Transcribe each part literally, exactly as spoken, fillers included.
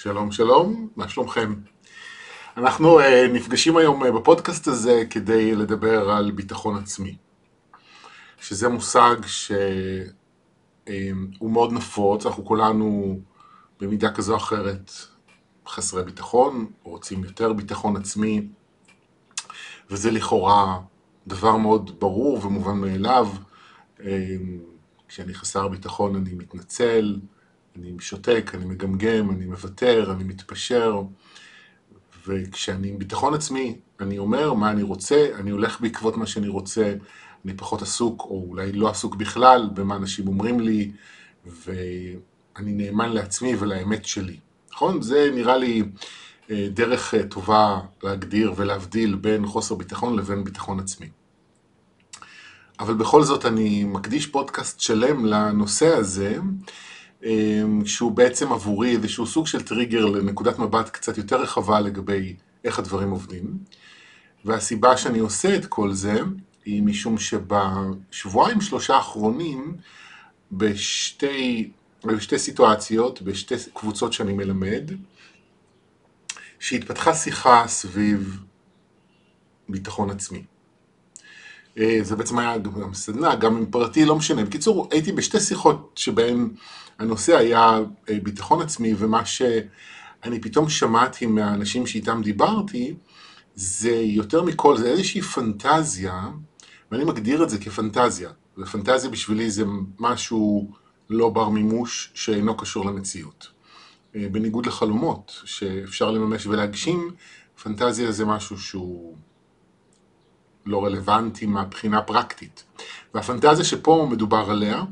שלום שלום, מה שלומכם? אנחנו uh, נפגשים היום uh, בפודקאסט הזה כדי לדבר על ביטחון עצמי, שזה מושג שהוא uh, מאוד נפוץ. אנחנו כולנו במידה כזו או אחרת חסרי ביטחון, רוצים יותר ביטחון עצמי, וזה לכאורה דבר מאוד ברור ומובן מאליו. uh, כשאני חסר ביטחון אני מתנצל, אני שותק, אני מגמגם, אני מוותר, אני מתפשר. וכשאני עם ביטחון עצמי, אני אומר מה אני רוצה, אני הולך בעקבות מה שאני רוצה, אני פחות עסוק, או אולי לא עסוק בכלל, במה אנשים אומרים לי, ואני נאמן לעצמי ולאמת שלי. נכון? זה נראה לי דרך טובה להגדיר ולהבדיל בין חוסר ביטחון לבין ביטחון עצמי. אבל בכל זאת אני מקדיש פודקאסט שלם לנושא הזה, שהוא בעצם עבורי איזשהו סוג של טריגר לנקודת מבט קצת יותר רחבה לגבי איך הדברים עובדים. והסיבה שאני עושה את כל זה היא משום שבשבועיים שלושה האחרונים, בשתי, בשתי סיטואציות, בשתי קבוצות שאני מלמד, שהתפתחה שיחה סביב ביטחון עצמי. זה בעצם היה גם סדנה, גם עם פרטי, לא משנה. בקיצור, הייתי בשתי שיחות שבהן הנושא היה ביטחון עצמי, ומה שאני פתאום שמעתי מהאנשים שאיתם דיברתי, זה יותר מכל, זה איזושהי פנטזיה, ואני מגדיר את זה כפנטזיה. ופנטזיה בשבילי זה משהו לא בר מימוש שאינו קשור למציאות. בניגוד לחלומות שאפשר לממש ולהגשים, פנטזיה זה משהו שהוא לא רלוונטי מהבחינה פרקטית. והפנטזיה שפה מדובר עליה,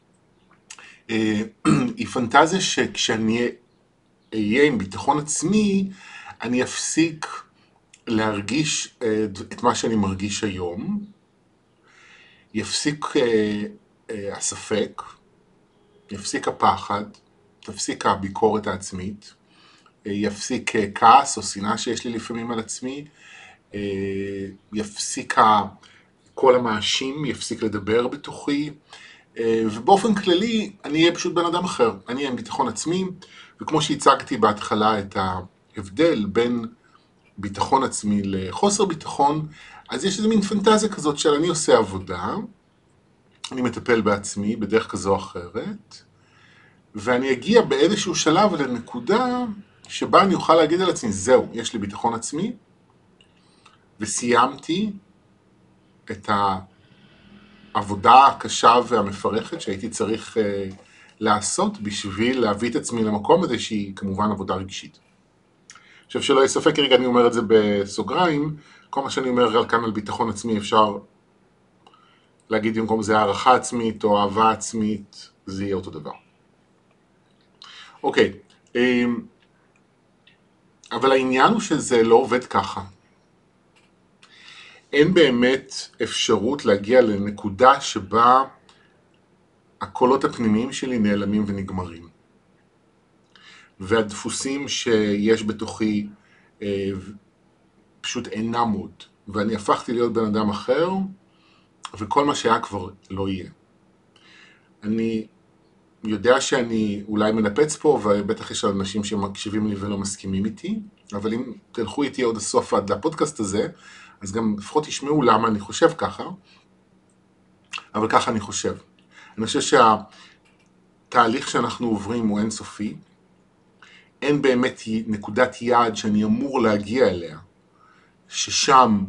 היא פנטזיה שכשאני אהיה עם ביטחון עצמי, אני אפסיק להרגיש את מה שאני מרגיש היום, יפסיק הספק, יפסיק הפחד, תפסיק הביקורת העצמית, יפסיק כעס או שנאה שיש לי לפעמים על עצמי, יפסיק כל המאשים, יפסיק לדבר בתוכי, ובאופן כללי אני אהיה פשוט בן אדם אחר. אני אהיה עם ביטחון עצמי, וכמו שהצגתי בהתחלה את ההבדל בין ביטחון עצמי לחוסר ביטחון, אז יש איזו מין פנטזיה כזאת של אני עושה עבודה, אני מטפל בעצמי בדרך כזו או אחרת, ואני אגיע באיזשהו שלב לנקודה שבה אני אוכל להגיד על עצמי, זהו, יש לי ביטחון עצמי, וסיימתי את העבודה הקשה והמפרכת שהייתי צריך uh, לעשות בשביל להביא את עצמי למקום הזה, שהיא כמובן עבודה רגשית. אני חושב שלא יספק, רגע אני אומר את זה בסוגריים, כל מה שאני אומר כאן על ביטחון עצמי אפשר להגיד במקום זה הערכה עצמית או אהבה עצמית, זה יהיה אותו דבר. אוקיי, אבל העניין הוא שזה לא עובד ככה. אין באמת אפשרות להגיע לנקודה שבה הקולות הפנימיים שלי נעלמים ונגמרים. והדפוסים שיש בתוכי אה, פשוט אינם עוד. ואני הפכתי להיות בן אדם אחר, וכל מה שהיה כבר לא יהיה. אני יודע שאני אולי מנפץ פה, ובטח יש אנשים שמקשיבים לי ולא מסכימים איתי, אבל אם תלכו איתי עוד הסוף עד לפודקאסט הזה, אז גם לפחות תשמעו למה אני חושב ככה, אבל ככה אני חושב. אני חושב שהתהליך שאנחנו עוברים הוא אינסופי, אין באמת נקודת יעד שאני אמור להגיע אליה, ששם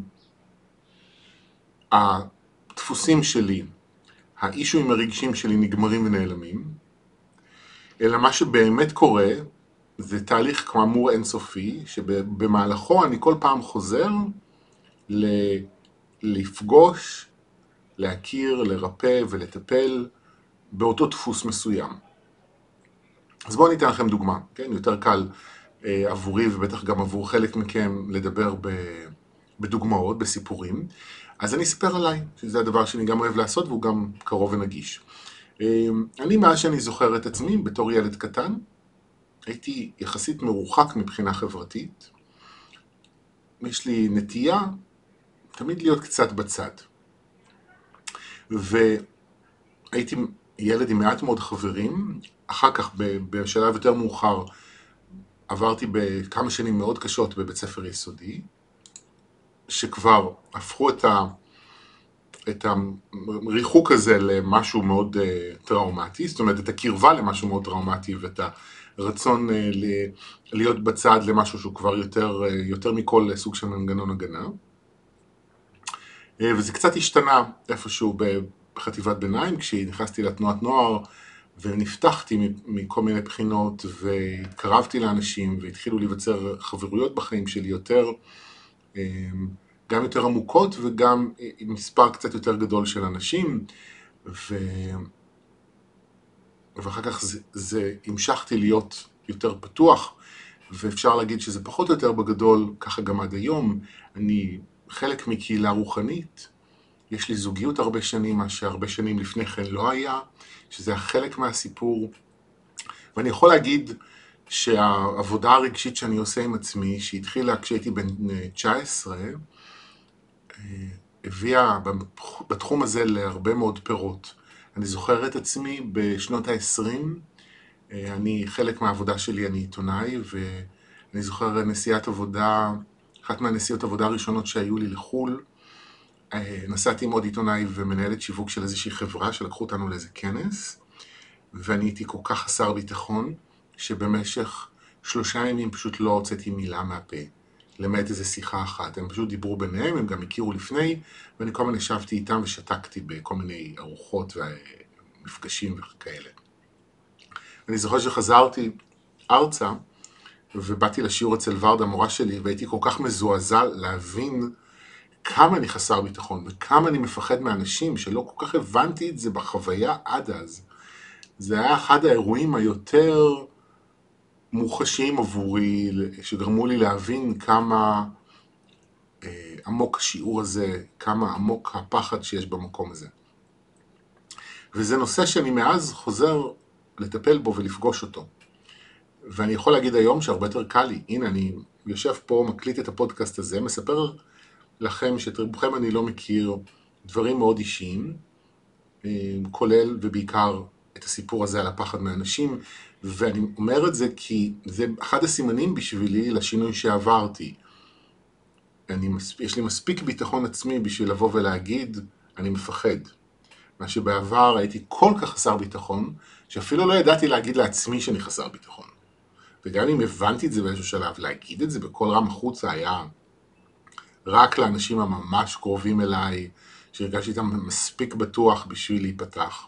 הדפוסים שלי, האישויים הרגשים שלי נגמרים ונעלמים, אלא מה שבאמת קורה, זה תהליך כאמור אינסופי, שבמהלכו אני כל פעם חוזר ל- לפגוש, להכיר, לרפא ולטפל באותו דפוס מסוים. אז בואו ניתן לכם דוגמה, כן? יותר קל אה, עבורי ובטח גם עבור חלק מכם לדבר ב- בדוגמאות, בסיפורים. אז אני אספר עליי, שזה הדבר שאני גם אוהב לעשות והוא גם קרוב ונגיש. אה, אני מאז שאני זוכר את עצמי בתור ילד קטן, הייתי יחסית מרוחק מבחינה חברתית. יש לי נטייה תמיד להיות קצת בצד. והייתי ילד עם מעט מאוד חברים, אחר כך בשלב יותר מאוחר עברתי בכמה שנים מאוד קשות בבית ספר יסודי, שכבר הפכו את ה... את הריחוק הזה למשהו מאוד uh, טראומטי, זאת אומרת את הקרבה למשהו מאוד טראומטי ואת הרצון uh, ל- להיות בצד למשהו שהוא כבר יותר, uh, יותר מכל סוג של מנגנון הגנה. Uh, וזה קצת השתנה איפשהו בחטיבת ביניים, כשנכנסתי לתנועת נוער ונפתחתי מכל מיני בחינות והתקרבתי לאנשים והתחילו להיווצר חברויות בחיים שלי יותר, uh, גם יותר עמוקות וגם עם מספר קצת יותר גדול של אנשים, ו... ואחר כך זה, זה המשכתי להיות יותר פתוח, ואפשר להגיד שזה פחות או יותר בגדול, ככה גם עד היום. אני חלק מקהילה רוחנית, יש לי זוגיות הרבה שנים, מה שהרבה שנים לפני כן לא היה, שזה היה חלק מהסיפור, ואני יכול להגיד שהעבודה הרגשית שאני עושה עם עצמי, שהתחילה כשהייתי בן תשע עשרה, הביאה בתחום הזה להרבה מאוד פירות. אני זוכר את עצמי בשנות ה-עשרים, אני חלק מהעבודה שלי, אני עיתונאי, ואני זוכר נסיעת עבודה, אחת מהנסיעות עבודה הראשונות שהיו לי לחול, נסעתי עם עוד עיתונאי ומנהלת שיווק של איזושהי חברה שלקחו אותנו לאיזה כנס, ואני הייתי כל כך חסר ביטחון, שבמשך שלושה ימים פשוט לא הוצאתי מילה מהפה. למעט איזו שיחה אחת, הם פשוט דיברו ביניהם, הם גם הכירו לפני, ואני כל הזמן ישבתי איתם ושתקתי בכל מיני ארוחות ומפגשים וכאלה. אני זוכר שחזרתי ארצה, ובאתי לשיעור אצל ורדה, המורה שלי, והייתי כל כך מזועזע להבין כמה אני חסר ביטחון, וכמה אני מפחד מאנשים, שלא כל כך הבנתי את זה בחוויה עד אז. זה היה אחד האירועים היותר מוחשיים עבורי, שגרמו לי להבין כמה אה, עמוק השיעור הזה, כמה עמוק הפחד שיש במקום הזה. וזה נושא שאני מאז חוזר לטפל בו ולפגוש אותו. ואני יכול להגיד היום שהרבה יותר קל לי. הנה, אני יושב פה, מקליט את הפודקאסט הזה, מספר לכם שאת רובכם אני לא מכיר, דברים מאוד אישיים, כולל ובעיקר את הסיפור הזה על הפחד מאנשים, ואני אומר את זה כי זה אחד הסימנים בשבילי לשינוי שעברתי. אני, יש לי מספיק ביטחון עצמי בשביל לבוא ולהגיד, אני מפחד. מה שבעבר הייתי כל כך חסר ביטחון, שאפילו לא ידעתי להגיד לעצמי שאני חסר ביטחון. וגם אם הבנתי את זה באיזשהו שלב, להגיד את זה בכל רם החוצה היה רק לאנשים הממש קרובים אליי, שהרגשתי איתם מספיק בטוח בשביל להיפתח.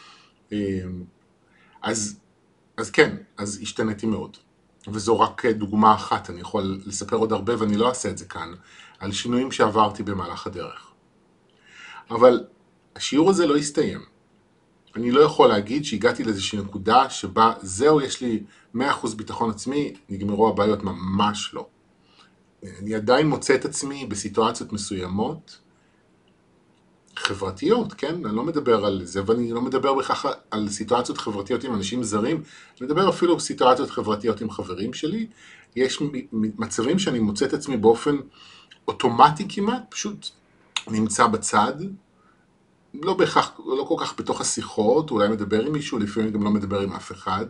אז, אז כן, אז השתניתי מאוד. וזו רק דוגמה אחת, אני יכול לספר עוד הרבה ואני לא אעשה את זה כאן, על שינויים שעברתי במהלך הדרך. אבל השיעור הזה לא הסתיים. אני לא יכול להגיד שהגעתי לאיזושהי נקודה שבה זהו, יש לי מאה אחוז ביטחון עצמי, נגמרו הבעיות, ממש לא. אני עדיין מוצא את עצמי בסיטואציות מסוימות, חברתיות, כן? אני לא מדבר על זה, ואני לא מדבר בכך על סיטואציות חברתיות עם אנשים זרים, אני מדבר אפילו סיטואציות חברתיות עם חברים שלי. יש מצבים שאני מוצא את עצמי באופן אוטומטי כמעט, פשוט נמצא בצד, לא בכך, לא כל כך בתוך השיחות, אולי מדבר עם מישהו, לפעמים גם לא מדבר עם אף אחד,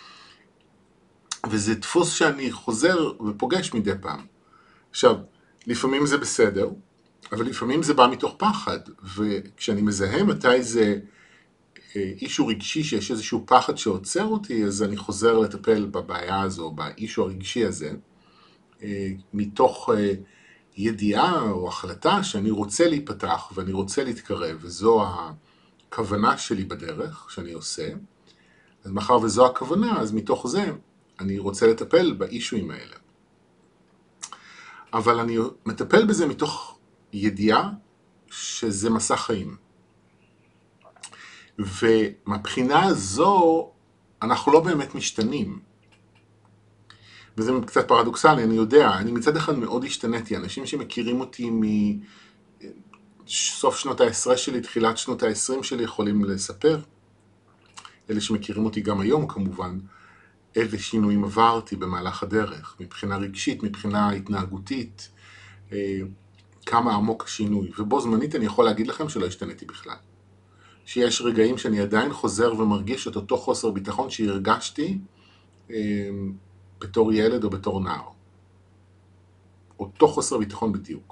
וזה דפוס שאני חוזר ופוגש מדי פעם. עכשיו, לפעמים זה בסדר, אבל לפעמים זה בא מתוך פחד, וכשאני מזהה מתי זה אישו רגשי, שיש איזשהו פחד שעוצר אותי, אז אני חוזר לטפל בבעיה הזו, באישו הרגשי הזה, מתוך ידיעה או החלטה שאני רוצה להיפתח ואני רוצה להתקרב, וזו הכוונה שלי בדרך שאני עושה. אז מאחר וזו הכוונה, אז מתוך זה אני רוצה לטפל באישויים האלה. אבל אני מטפל בזה מתוך ידיעה שזה מסע חיים. ומבחינה הזו אנחנו לא באמת משתנים. וזה קצת פרדוקסלי, אני יודע, אני מצד אחד מאוד השתניתי. אנשים שמכירים אותי מסוף שנות העשרה שלי, תחילת שנות העשרים שלי, יכולים לספר. אלה שמכירים אותי גם היום כמובן, איזה שינויים עברתי במהלך הדרך, מבחינה רגשית, מבחינה התנהגותית, כמה עמוק השינוי. ובו זמנית אני יכול להגיד לכם שלא השתניתי בכלל. שיש רגעים שאני עדיין חוזר ומרגיש את אותו חוסר ביטחון שהרגשתי, בתור ילד או בתור נער. אותו חוסר ביטחון בדיוק.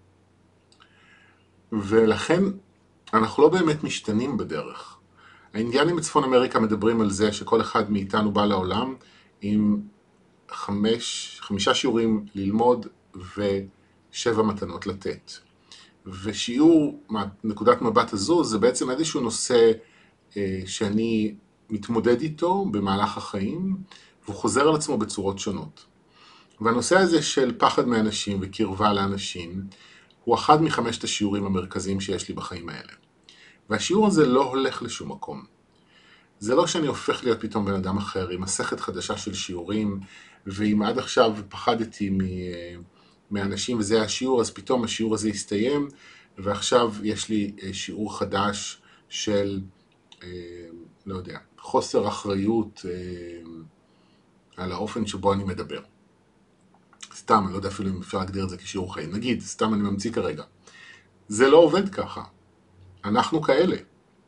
ולכן אנחנו לא באמת משתנים בדרך. האינדיאנים בצפון אמריקה מדברים על זה שכל אחד מאיתנו בא לעולם עם חמש, חמישה שיעורים ללמוד ושבע מתנות לתת. ושיעור מנקודת מבט הזו זה בעצם איזשהו נושא אה, שאני מתמודד איתו במהלך החיים, והוא חוזר על עצמו בצורות שונות. והנושא הזה של פחד מאנשים וקרבה לאנשים, הוא אחד מחמשת השיעורים המרכזיים שיש לי בחיים האלה. והשיעור הזה לא הולך לשום מקום. זה לא שאני הופך להיות פתאום בן אדם אחר, עם מסכת חדשה של שיעורים, ואם עד עכשיו פחדתי מ... מאנשים וזה השיעור, אז פתאום השיעור הזה יסתיים, ועכשיו יש לי שיעור חדש של, אה, לא יודע, חוסר אחריות אה, על האופן שבו אני מדבר. סתם, אני לא יודע אפילו אם אפשר להגדיר את זה כשיעור חיים. נגיד, סתם אני ממציא כרגע. זה לא עובד ככה. אנחנו כאלה.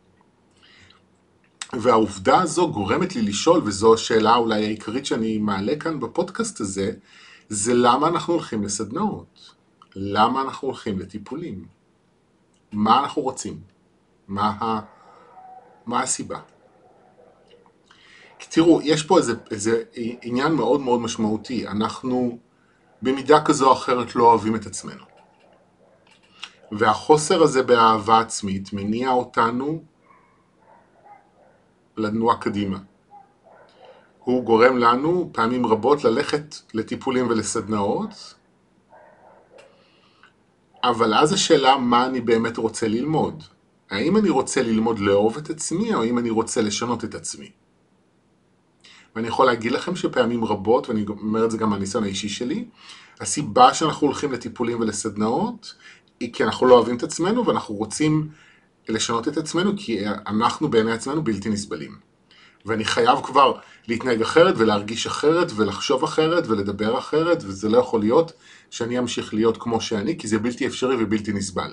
והעובדה הזו גורמת לי לשאול, וזו השאלה אולי העיקרית שאני מעלה כאן בפודקאסט הזה, זה למה אנחנו הולכים לסדנאות? למה אנחנו הולכים לטיפולים? מה אנחנו רוצים? מה, ה... מה הסיבה? כי תראו, יש פה איזה, איזה עניין מאוד מאוד משמעותי. אנחנו במידה כזו או אחרת לא אוהבים את עצמנו. והחוסר הזה באהבה עצמית מניע אותנו לנוע קדימה. הוא גורם לנו פעמים רבות ללכת לטיפולים ולסדנאות, אבל אז השאלה מה אני באמת רוצה ללמוד. האם אני רוצה ללמוד לאהוב את עצמי, או האם אני רוצה לשנות את עצמי? ואני יכול להגיד לכם שפעמים רבות, ואני אומר את זה גם מהניסיון האישי שלי, הסיבה שאנחנו הולכים לטיפולים ולסדנאות, היא כי אנחנו לא אוהבים את עצמנו, ואנחנו רוצים לשנות את עצמנו, כי אנחנו בעיני עצמנו בלתי נסבלים. ואני חייב כבר להתנהג אחרת, ולהרגיש אחרת, ולחשוב אחרת, ולדבר אחרת, וזה לא יכול להיות שאני אמשיך להיות כמו שאני, כי זה בלתי אפשרי ובלתי נסבל.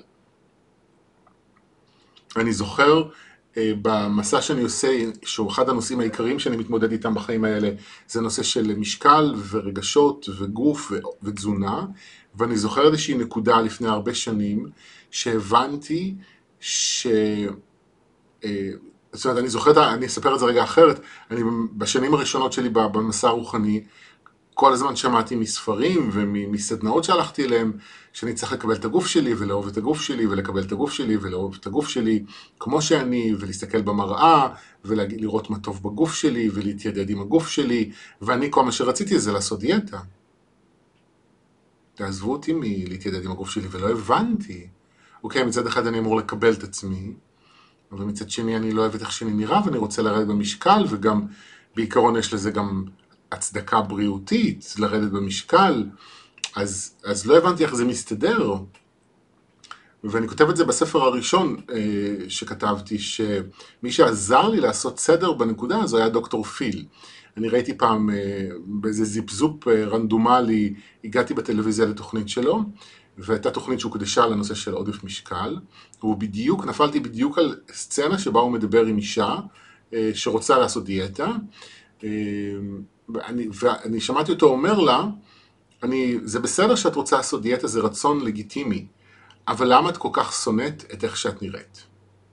אני זוכר במסע שאני עושה, שהוא אחד הנושאים העיקריים שאני מתמודד איתם בחיים האלה, זה נושא של משקל ורגשות וגוף ותזונה, ואני זוכר איזושהי נקודה לפני הרבה שנים, שהבנתי ש... זאת אומרת, אני זוכר, אני אספר את זה רגע אחרת, אני בשנים הראשונות שלי במסע הרוחני, כל הזמן שמעתי מספרים ומסדנאות שהלכתי אליהם, שאני צריך לקבל את הגוף שלי ולאהוב את הגוף שלי ולקבל את הגוף שלי ולאהוב את הגוף שלי כמו שאני, ולהסתכל במראה ולראות מה טוב בגוף שלי ולהתיידד עם הגוף שלי, ואני כל מה שרציתי זה לעשות דיאטה. תעזבו אותי מלהתיידד עם הגוף שלי, ולא הבנתי. אוקיי, מצד אחד אני אמור לקבל את עצמי, אבל מצד שני אני לא אוהב את איך שאני נראה ואני רוצה לרדת במשקל, וגם בעיקרון יש לזה גם הצדקה בריאותית, לרדת במשקל, אז, אז לא הבנתי איך זה מסתדר. ואני כותב את זה בספר הראשון אה, שכתבתי, שמי שעזר לי לעשות סדר בנקודה הזו היה דוקטור פיל. אני ראיתי פעם אה, באיזה זיפזופ אה, רנדומלי, הגעתי בטלוויזיה לתוכנית שלו, והייתה תוכנית שהוקדשה לנושא של עודף משקל, והוא בדיוק, נפלתי בדיוק על סצנה שבה הוא מדבר עם אישה אה, שרוצה לעשות דיאטה, אה, ואני, ואני שמעתי אותו אומר לה, אני, זה בסדר שאת רוצה לעשות דיאטה, זה רצון לגיטימי, אבל למה את כל כך שונאת את איך שאת נראית?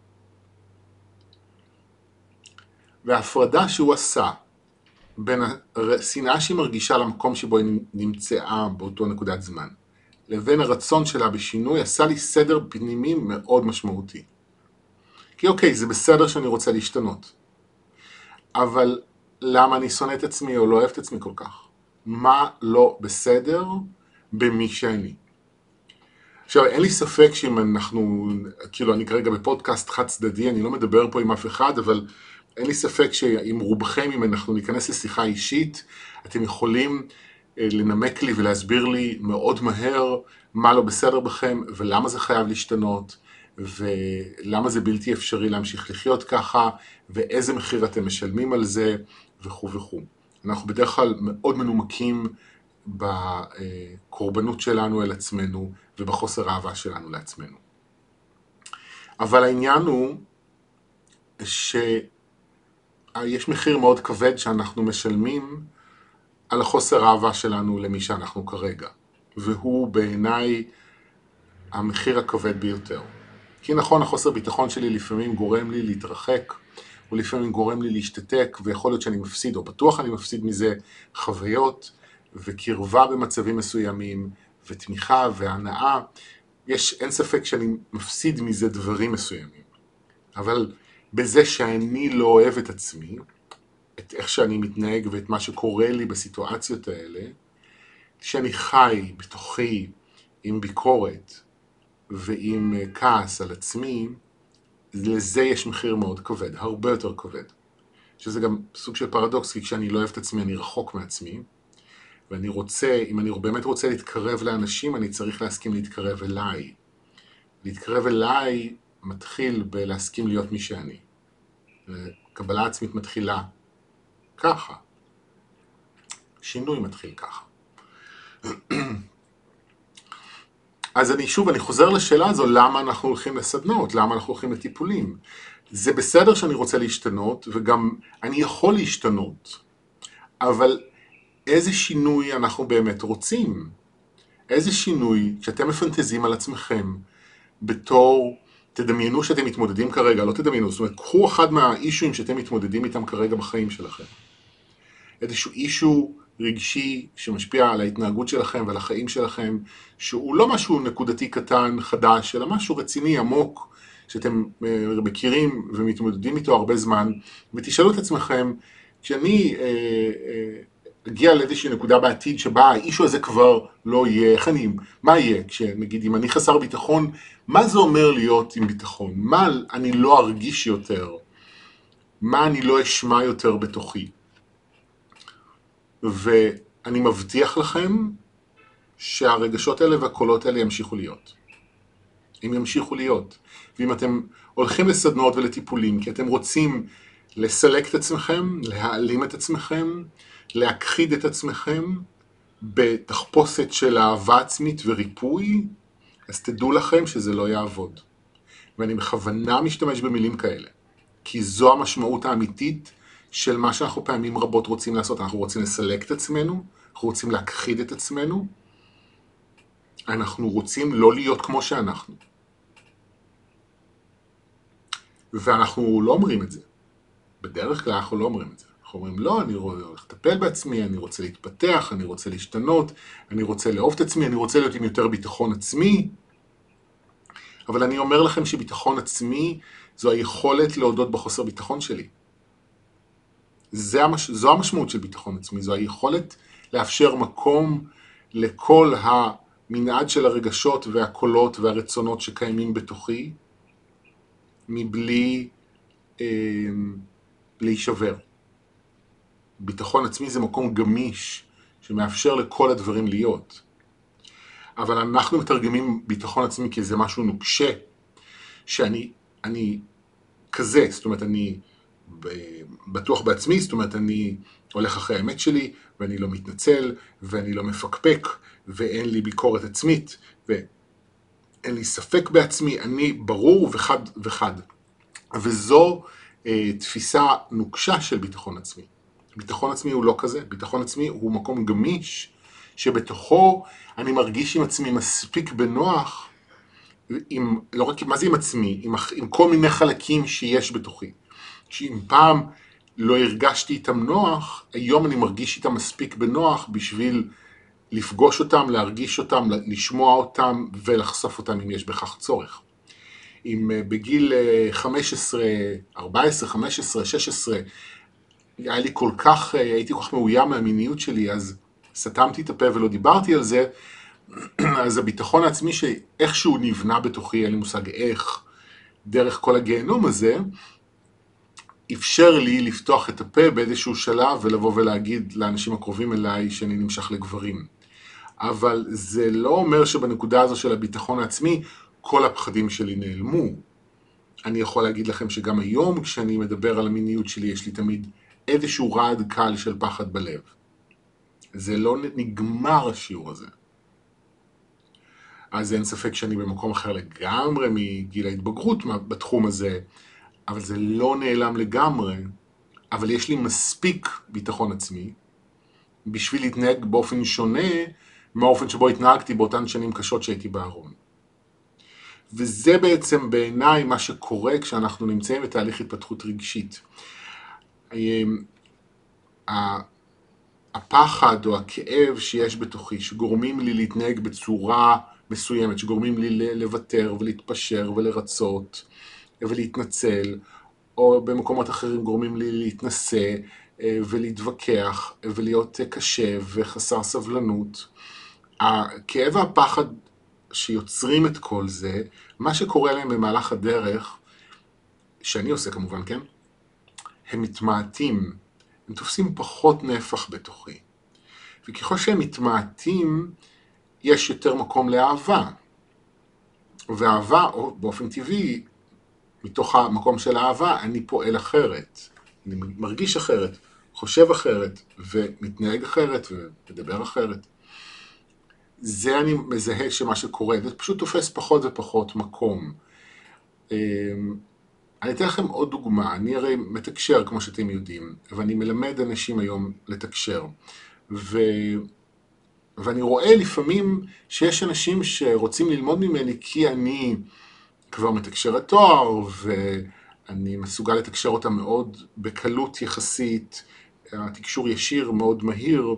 וההפרדה שהוא עשה בין השנאה שהיא מרגישה למקום שבו היא נמצאה באותו נקודת זמן, לבין הרצון שלה בשינוי, עשה לי סדר פנימי מאוד משמעותי. כי אוקיי, זה בסדר שאני רוצה להשתנות, אבל למה אני שונא את עצמי או לא אוהב את עצמי כל כך? מה לא בסדר במי שאני? עכשיו, אין לי ספק שאם אנחנו, כאילו אני כרגע בפודקאסט חד צדדי, אני לא מדבר פה עם אף אחד, אבל אין לי ספק שעם רובכם, אם אנחנו ניכנס לשיחה אישית, אתם יכולים לנמק לי ולהסביר לי מאוד מהר מה לא בסדר בכם, ולמה זה חייב להשתנות, ולמה זה בלתי אפשרי להמשיך לחיות ככה, ואיזה מחיר אתם משלמים על זה, וכו' וכו'. אנחנו בדרך כלל מאוד מנומקים בקורבנות שלנו אל עצמנו, ובחוסר האהבה שלנו לעצמנו. אבל העניין הוא שיש מחיר מאוד כבד שאנחנו משלמים על החוסר האהבה שלנו למי שאנחנו כרגע. והוא בעיניי המחיר הכבד ביותר. כי נכון, החוסר ביטחון שלי לפעמים גורם לי להתרחק, או לפעמים גורם לי להשתתק, ויכול להיות שאני מפסיד, או בטוח אני מפסיד מזה חוויות, וקרבה במצבים מסוימים, ותמיכה והנאה. יש, אין ספק שאני מפסיד מזה דברים מסוימים. אבל בזה שאני לא אוהב את עצמי, את איך שאני מתנהג ואת מה שקורה לי בסיטואציות האלה, שאני חי בתוכי עם ביקורת ועם כעס על עצמי, לזה יש מחיר מאוד כבד, הרבה יותר כבד. שזה גם סוג של פרדוקס, כי כשאני לא אוהב את עצמי אני רחוק מעצמי, ואני רוצה, אם אני באמת רוצה להתקרב לאנשים, אני צריך להסכים להתקרב אליי. להתקרב אליי מתחיל בלהסכים להיות מי שאני. קבלה עצמית מתחילה ככה. שינוי מתחיל ככה. אז אני שוב, אני חוזר לשאלה הזו, למה אנחנו הולכים לסדנות? למה אנחנו הולכים לטיפולים? זה בסדר שאני רוצה להשתנות, וגם אני יכול להשתנות. אבל איזה שינוי אנחנו באמת רוצים? איזה שינוי שאתם מפנטזים על עצמכם בתור, תדמיינו שאתם מתמודדים כרגע, לא תדמיינו, זאת אומרת, קחו אחד מהאישויים שאתם מתמודדים איתם כרגע בחיים שלכם. איזשהו אישו רגשי שמשפיע על ההתנהגות שלכם ועל החיים שלכם, שהוא לא משהו נקודתי קטן, חדש, אלא משהו רציני, עמוק, שאתם מכירים ומתמודדים איתו הרבה זמן, ותשאלו את עצמכם, כשאני אה, אה, אגיע לאיזושהי נקודה בעתיד שבה האישו הזה כבר לא יהיה, איך אני, מה יהיה? כשנגיד, אם אני חסר ביטחון, מה זה אומר להיות עם ביטחון? מה אני לא ארגיש יותר? מה אני לא אשמע יותר בתוכי? ואני מבטיח לכם שהרגשות האלה והקולות האלה ימשיכו להיות. הם ימשיכו להיות. ואם אתם הולכים לסדנות ולטיפולים, כי אתם רוצים לסלק את עצמכם, להעלים את עצמכם, להכחיד את עצמכם בתחפושת של אהבה עצמית וריפוי, אז תדעו לכם שזה לא יעבוד. ואני בכוונה משתמש במילים כאלה, כי זו המשמעות האמיתית של מה שאנחנו פעמים רבות רוצים לעשות. אנחנו רוצים לסלק את עצמנו, אנחנו רוצים להכחיד את עצמנו, אנחנו רוצים לא להיות כמו שאנחנו. ואנחנו לא אומרים את זה. בדרך כלל אנחנו לא אומרים את זה. אנחנו אומרים, לא, אני רוצה לטפל בעצמי, אני רוצה להתפתח, אני רוצה להשתנות, אני רוצה לאהוב את עצמי, אני רוצה להיות עם יותר ביטחון עצמי. אבל אני אומר לכם שביטחון עצמי זו היכולת להודות בחוסר ביטחון שלי. זה המש... זו המשמעות של ביטחון עצמי, זו היכולת לאפשר מקום לכל המנעד של הרגשות והקולות והרצונות שקיימים בתוכי, מבלי אה, להישבר. ביטחון עצמי זה מקום גמיש שמאפשר לכל הדברים להיות. אבל אנחנו מתרגמים ביטחון עצמי כאיזה משהו נוקשה, שאני אני כזה, זאת אומרת אני בטוח בעצמי, זאת אומרת אני הולך אחרי האמת שלי, ואני לא מתנצל, ואני לא מפקפק, ואין לי ביקורת עצמית, ואין לי ספק בעצמי, אני ברור וחד וחד. וזו אה, תפיסה נוקשה של ביטחון עצמי. ביטחון עצמי הוא לא כזה, ביטחון עצמי הוא מקום גמיש, שבתוכו אני מרגיש עם עצמי מספיק בנוח, עם, לא רק, מה זה עם עצמי? עם, עם כל מיני חלקים שיש בתוכי. שאם פעם לא הרגשתי איתם נוח, היום אני מרגיש איתם מספיק בנוח בשביל לפגוש אותם, להרגיש אותם, לשמוע אותם ולחשוף אותם אם יש בכך צורך. אם בגיל חמש עשרה, ארבע עשרה, חמש עשרה, שש עשרה, היה לי כל כך, הייתי כל כך מאוים מהמיניות שלי, אז סתמתי את הפה ולא דיברתי על זה, אז הביטחון העצמי שאיכשהו נבנה בתוכי, אין לי מושג איך, דרך כל הגיהנום הזה, אפשר לי לפתוח את הפה באיזשהו שלב ולבוא ולהגיד לאנשים הקרובים אליי שאני נמשך לגברים. אבל זה לא אומר שבנקודה הזו של הביטחון העצמי, כל הפחדים שלי נעלמו. אני יכול להגיד לכם שגם היום כשאני מדבר על המיניות שלי, יש לי תמיד איזשהו רעד קל של פחד בלב. זה לא נגמר השיעור הזה. אז אין ספק שאני במקום אחר לגמרי מגיל ההתבגרות בתחום הזה, אבל זה לא נעלם לגמרי, אבל יש לי מספיק ביטחון עצמי, בשביל להתנהג באופן שונה מהאופן שבו התנהגתי באותן שנים קשות שהייתי בארון. וזה בעצם בעיניי מה שקורה כשאנחנו נמצאים בתהליך התפתחות רגשית. הפחד או הכאב שיש בתוכי, שגורמים לי להתנהג בצורה מסוימת, שגורמים לי לוותר ולהתפשר ולרצות ולהתנצל, או במקומות אחרים גורמים לי להתנסה ולהתווכח ולהיות קשה וחסר סבלנות. הכאב והפחד שיוצרים את כל זה, מה שקורה להם במהלך הדרך, שאני עושה כמובן, כן? הם מתמעטים, הם תופסים פחות נפח בתוכי. וככל שהם מתמעטים, יש יותר מקום לאהבה. ואהבה, או באופן טבעי, מתוך המקום של האהבה, אני פועל אחרת. אני מרגיש אחרת, חושב אחרת, ומתנהג אחרת, ומדבר אחרת. זה אני מזהה שמה שקורה, זה פשוט תופס פחות ופחות מקום. אני אתן לכם עוד דוגמה, אני הרי מתקשר כמו שאתם יודעים, ואני מלמד אנשים היום לתקשר. ו... ואני רואה לפעמים שיש אנשים שרוצים ללמוד ממני כי אני כבר מתקשר התואר, ואני מסוגל לתקשר אותם מאוד בקלות יחסית, התקשור ישיר מאוד מהיר,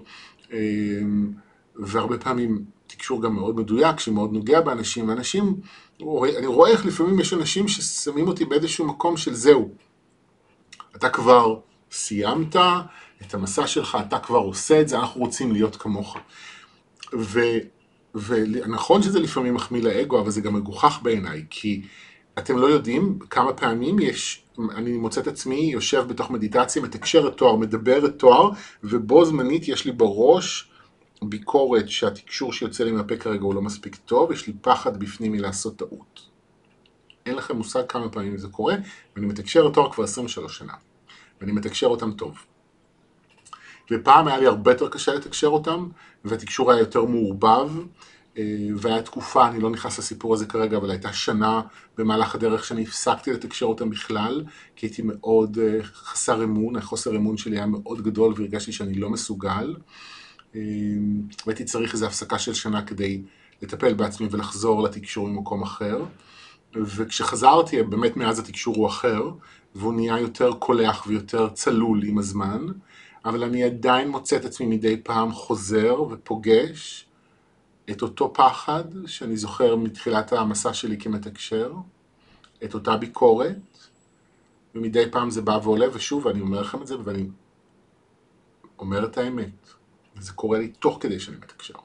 והרבה פעמים תקשור גם מאוד מדויק, שמאוד נוגע באנשים, ואנשים, אני רואה איך לפעמים יש אנשים ששמים אותי באיזשהו מקום של זהו. אתה כבר סיימת את המסע שלך, אתה כבר עושה את זה, אנחנו רוצים להיות כמוך. ו, ונכון שזה לפעמים מחמיא לאגו, אבל זה גם מגוחך בעיניי, כי אתם לא יודעים כמה פעמים יש, אני מוצא את עצמי, יושב בתוך מדיטציה, מתקשר את תואר, מדבר את תואר, ובו זמנית יש לי בראש ביקורת שהתקשור שיוצא לי מהפה כרגע הוא לא מספיק טוב, יש לי פחד בפנים מלעשות טעות. אין לכם מושג כמה פעמים זה קורה, ואני מתקשר את תואר כבר עשרים ושלוש שנה, ואני מתקשר אותם טוב. ופעם היה לי הרבה יותר קשה לתקשר אותם, והתקשור היה יותר מעורבב, והיה תקופה, אני לא נכנס לסיפור הזה כרגע, אבל הייתה שנה במהלך הדרך שאני הפסקתי לתקשר אותם בכלל, כי הייתי מאוד חסר אמון, החוסר אמון שלי היה מאוד גדול, והרגשתי שאני לא מסוגל, והייתי צריך איזו הפסקה של שנה כדי לטפל בעצמי ולחזור לתקשור ממקום אחר, וכשחזרתי, באמת מאז התקשור הוא אחר, והוא נהיה יותר קולח ויותר צלול עם הזמן, אבל אני עדיין מוצא את עצמי מדי פעם חוזר ופוגש את אותו פחד שאני זוכר מתחילת המסע שלי כמתקשר, את אותה ביקורת, ומדי פעם זה בא ועולה, ושוב, אני אומר לכם את זה, ואני אומר את האמת. וזה קורה לי תוך כדי שאני מתקשר.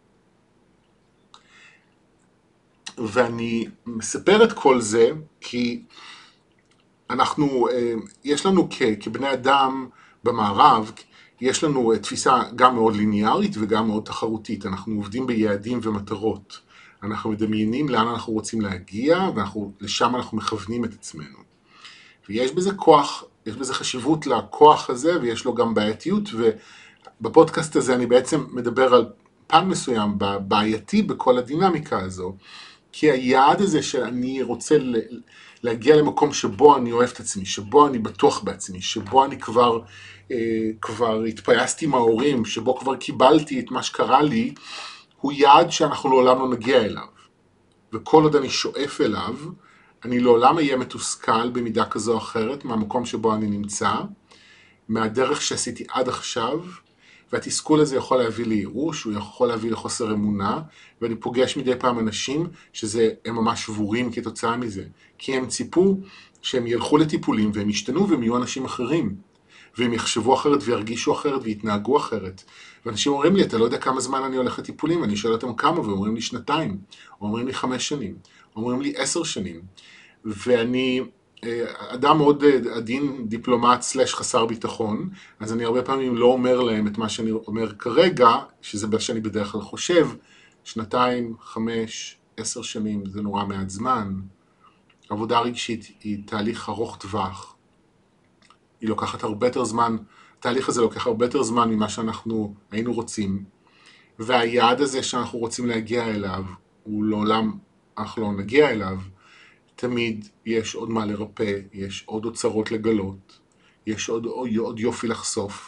ואני מספר את כל זה, כי אנחנו, יש לנו כבני אדם במערב, יש לנו תפיסה גם מאוד ליניארית וגם מאוד תחרותית. אנחנו עובדים ביעדים ומטרות. אנחנו מדמיינים לאן אנחנו רוצים להגיע, ולשם אנחנו מכוונים את עצמנו. ויש בזה כוח, יש בזה חשיבות לכוח הזה, ויש לו גם בעייתיות, ובפודקאסט הזה אני בעצם מדבר על פן מסוים, בעייתי בכל הדינמיקה הזו, כי היעד הזה שאני רוצה להגיע למקום שבו אני אוהב את עצמי, שבו אני בטוח בעצמי, שבו אני כבר, אה, כבר התפייסתי מההורים, שבו כבר קיבלתי את מה שקרה לי, הוא יעד שאנחנו לעולם לא נגיע אליו. וכל עוד אני שואף אליו, אני לעולם אהיה מתוסכל במידה כזו או אחרת, מהמקום שבו אני נמצא, מהדרך שעשיתי עד עכשיו, והתסכול הזה יכול להביא לייאוש, הוא יכול להביא לחוסר אמונה, ואני פוגש מדי פעם אנשים שזה הם ממש שבורים כתוצאה מזה, כי הם ציפו שהם ילכו לטיפולים והם ישתנו והם יהיו אנשים אחרים, והם יחשבו אחרת וירגישו אחרת ויתנהגו אחרת. ואנשים אומרים לי, אתה לא יודע כמה זמן אני הולך לטיפולים, אני שואל אותם כמה, ואומרים לי שנתיים, או אומרים לי חמש שנים, או אומרים לי עשר שנים, ואני אדם מאוד עדין, דיפלומט סלש חסר ביטחון, אז אני הרבה פעמים לא אומר להם את מה שאני אומר כרגע, שזה מה שאני בדרך כלל חושב, שנתיים, חמש, עשר שנים, זה נורא מעט זמן. עבודה רגשית היא תהליך ארוך טווח. היא לוקחת הרבה יותר זמן, התהליך הזה לוקח הרבה יותר זמן ממה שאנחנו היינו רוצים, והיעד הזה שאנחנו רוצים להגיע אליו, הוא לעולם, אנחנו לא נגיע אליו, תמיד יש עוד מה לרפא, יש עוד אוצרות לגלות, יש עוד, עוד יופי לחשוף,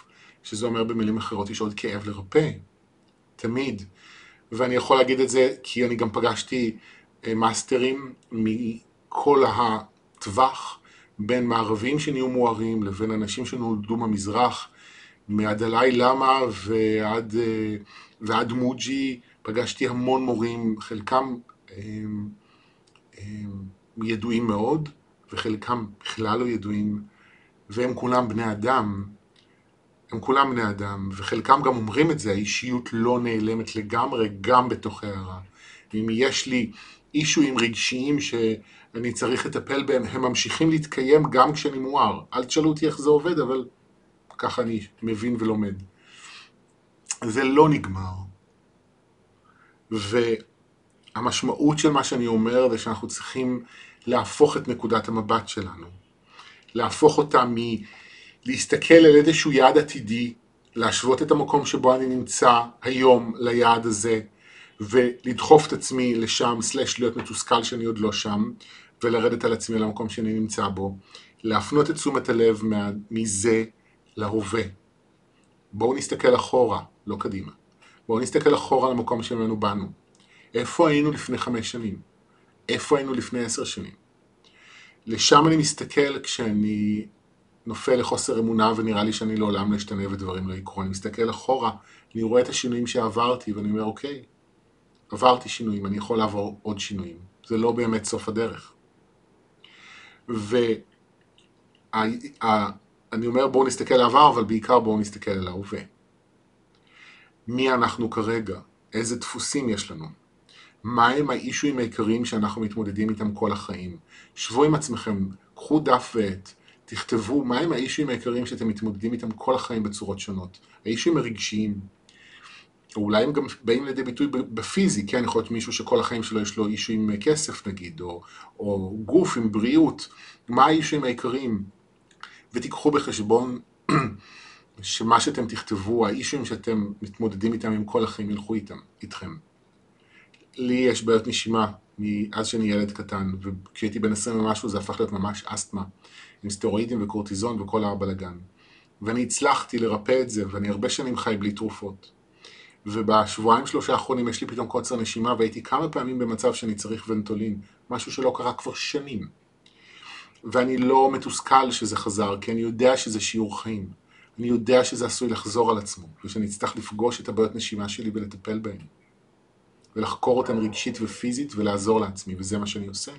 שזה אומר במילים אחרות, יש עוד כאב לרפא. תמיד. ואני יכול להגיד את זה כי אני גם פגשתי מאסטרים מכל הטווח, בין מערבים שנהיו מוארים לבין אנשים שנולדו במזרח, מהדלאי למה ועד, ועד מוג'י. פגשתי המון מורים, חלקם הם, הם ידועים מאוד וחלקם בכלל לא ידועים, והם כולם בני אדם. הם כולם בני אדם, וחלקם גם אומרים את זה, האישיות לא נעלמת לגמרי, גם בתוך הערה. אם יש לי אישויים רגשיים שאני צריך לטפל בהם, הם ממשיכים להתקיים גם כשאני מואר. אל תשאלו אותי איך זה עובד, אבל ככה אני מבין ולומד. זה לא נגמר. והמשמעות של מה שאני אומר זה שאנחנו צריכים להפוך את נקודת המבט שלנו. להפוך אותה מ... להסתכל על איזשהו יעד עתידי, להשוות את המקום שבו אני נמצא היום ליעד הזה, ולדחוף את עצמי לשם, סלש להיות מתוסכל שאני עוד לא שם, ולרדת על עצמי למקום שאני נמצא בו, להפנות את תשומת הלב מזה להווה. בואו נסתכל אחורה, לא קדימה. בואו נסתכל אחורה למקום שממנו באנו. איפה היינו לפני חמש שנים? איפה היינו לפני עשר שנים? לשם אני מסתכל כשאני נופל לחוסר אמונה ונראה לי שאני לעולם לא אשתנה ודברים לא יקרו. אני מסתכל אחורה, אני רואה את השינויים שעברתי ואני אומר, אוקיי, עברתי שינויים, אני יכול לעבור עוד שינויים. זה לא באמת סוף הדרך. ואני אומר בואו נסתכל על העבר, אבל בעיקר בואו נסתכל על ההווה. מי אנחנו כרגע? איזה דפוסים יש לנו? מה הם האישויים העיקריים שאנחנו מתמודדים איתם כל החיים? שבו עם עצמכם, קחו דף ועט, תכתבו מה הם האישויים העיקריים שאתם מתמודדים איתם כל החיים בצורות שונות. האישויים הרגשיים, או אולי הם גם באים לידי ביטוי בפיזי, כן? יכול להיות מישהו שכל החיים שלו יש לו אישו עם כסף נגיד, או, או גוף עם בריאות. מה האישויים העיקריים? ותיקחו בחשבון שמה שאתם תכתבו, האישויים שאתם מתמודדים איתם עם כל החיים, ילכו איתם, איתכם. לי יש בעיות נשימה מאז שאני ילד קטן, וכשהייתי בן עשרים ומשהו זה הפך להיות ממש אסתמה, עם סטרואידים וקורטיזון וכל הבלגן. ואני הצלחתי לרפא את זה, ואני הרבה שנים חי בלי תרופות. ובשבועיים שלושה האחרונים יש לי פתאום קוצר נשימה, והייתי כמה פעמים במצב שאני צריך ונטולין, משהו שלא קרה כבר שנים. ואני לא מתוסכל שזה חזר, כי אני יודע שזה שיעור חיים. אני יודע שזה עשוי לחזור על עצמו, ושאני אצטרך לפגוש את הבעיות נשימה שלי ולטפל בהן. ולחקור אותן רגשית ופיזית ולעזור לעצמי, וזה מה שאני עושה.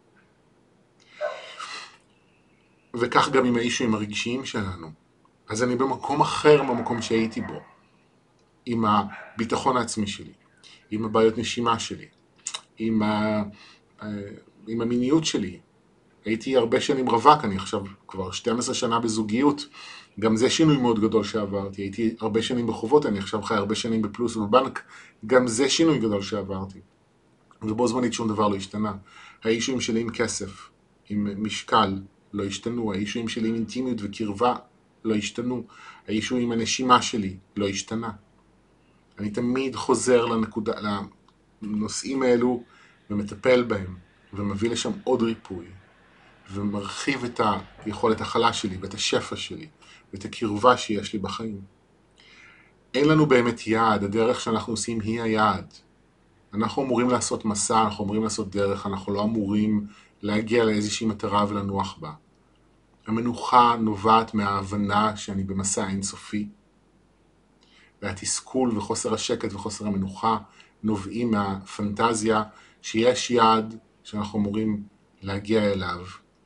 וכך גם עם האישויים הרגשיים שלנו. אז אני במקום אחר במקום שהייתי בו. עם הביטחון העצמי שלי, עם הבעיות נשימה שלי, עם, ה... עם המיניות שלי. הייתי הרבה שנים רווק, אני עכשיו כבר שתים עשרה שנה בזוגיות, גם זה שינוי מאוד גדול שעברתי. הייתי הרבה שנים בחובות, אני עכשיו חי הרבה שנים בפלוס ובבנק, גם זה שינוי גדול שעברתי. ובו זמנית שום דבר לא השתנה. האישויים שלי עם כסף, עם משקל, לא השתנו. האישויים שלי עם אינטימיות וקרבה לא השתנו. האישויים עם הנשימה שלי לא השתנה. אני תמיד חוזר לנקודה, לנושאים האלו ומטפל בהם, ומביא לשם עוד ריפוי, ומרחיב את היכולת החלה שלי, ואת השפע שלי, ואת הקרבה שיש לי בחיים. אין לנו באמת יעד, הדרך שאנחנו עושים היא היעד. אנחנו אמורים לעשות מסע, אנחנו אמורים לעשות דרך, אנחנו לא אמורים להגיע לאיזושהי מטרה ולנוח בה. המנוחה נובעת מההבנה שאני במסע אינסופי, והתסכול וחוסר השקט וחוסר המנוחה נובעים מהפנטזיה שיש יעד שאנחנו אמורים להגיע אליו.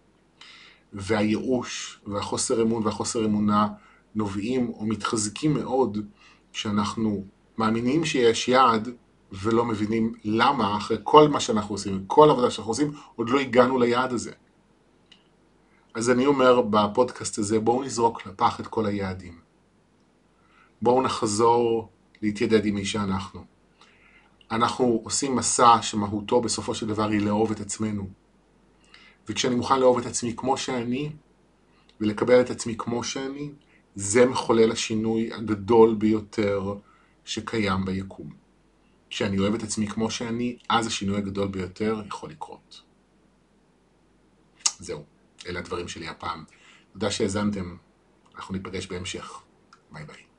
והייאוש והחוסר אמון והחוסר אמונה נובעים או מתחזקים מאוד כשאנחנו מאמינים שיש יעד ולא מבינים למה אחרי כל מה שאנחנו עושים, כל העבודה שאנחנו עושים, עוד לא הגענו ליעד הזה. אז אני אומר בפודקאסט הזה, בואו נזרוק לפח את כל היעדים. בואו נחזור להתיידד עם מי שאנחנו. אנחנו עושים מסע שמהותו בסופו של דבר היא לאהוב את עצמנו. וכשאני מוכן לאהוב את עצמי כמו שאני, ולקבל את עצמי כמו שאני, זה מחולל השינוי הגדול ביותר שקיים ביקום. כשאני אוהב את עצמי כמו שאני, אז השינוי הגדול ביותר יכול לקרות. זהו, אלה הדברים שלי הפעם. תודה שהאזנתם, אנחנו ניפגש בהמשך. ביי ביי.